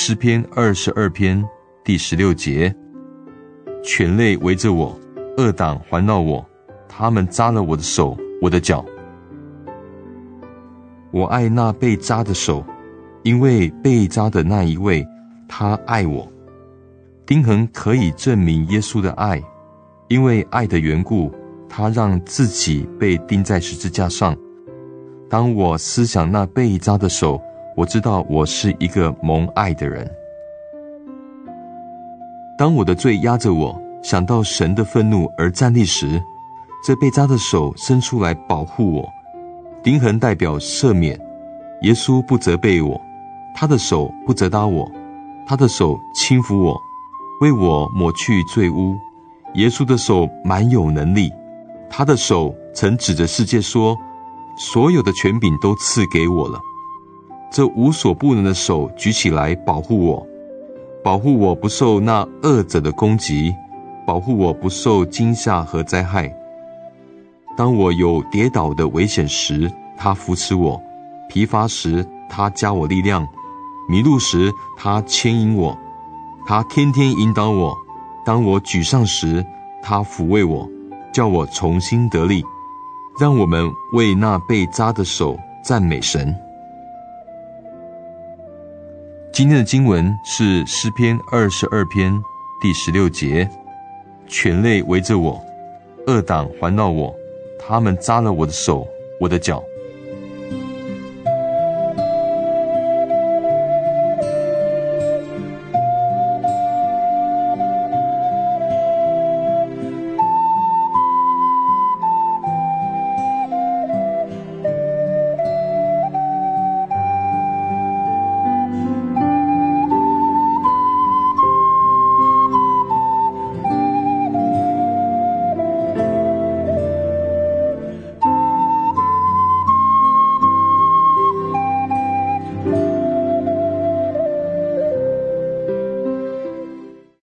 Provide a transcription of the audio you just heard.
诗篇22篇第16节，犬类围着我，恶党环绕我，他们扎了我的手，我的脚。我爱那被扎的手，因为被扎的那一位，他爱我。钉痕可以证明耶稣的爱，因为爱的缘故，他让自己被钉在十字架上。当我思想那被扎的手，我知道我是一个蒙爱的人。当我的罪压着我，想到神的愤怒而站立时，这被扎的手伸出来保护我。钉痕代表赦免，耶稣不责备我，他的手不责打我，他的手轻抚我，为我抹去罪污。耶稣的手满有能力，他的手曾指着世界说，所有的权柄都赐给我了。这无所不能的手举起来保护我，保护我不受那恶者的攻击，保护我不受惊吓和灾害。当我有跌倒的危险时，他扶持我；疲乏时，他加我力量；迷路时，他牵引我；他天天引导我。当我沮丧时，他抚慰我，叫我重新得力。让我们为那被扎的手赞美神。今天的经文是诗篇22篇第16节，犬类围着我，恶党环绕我，他们扎了我的手，我的脚。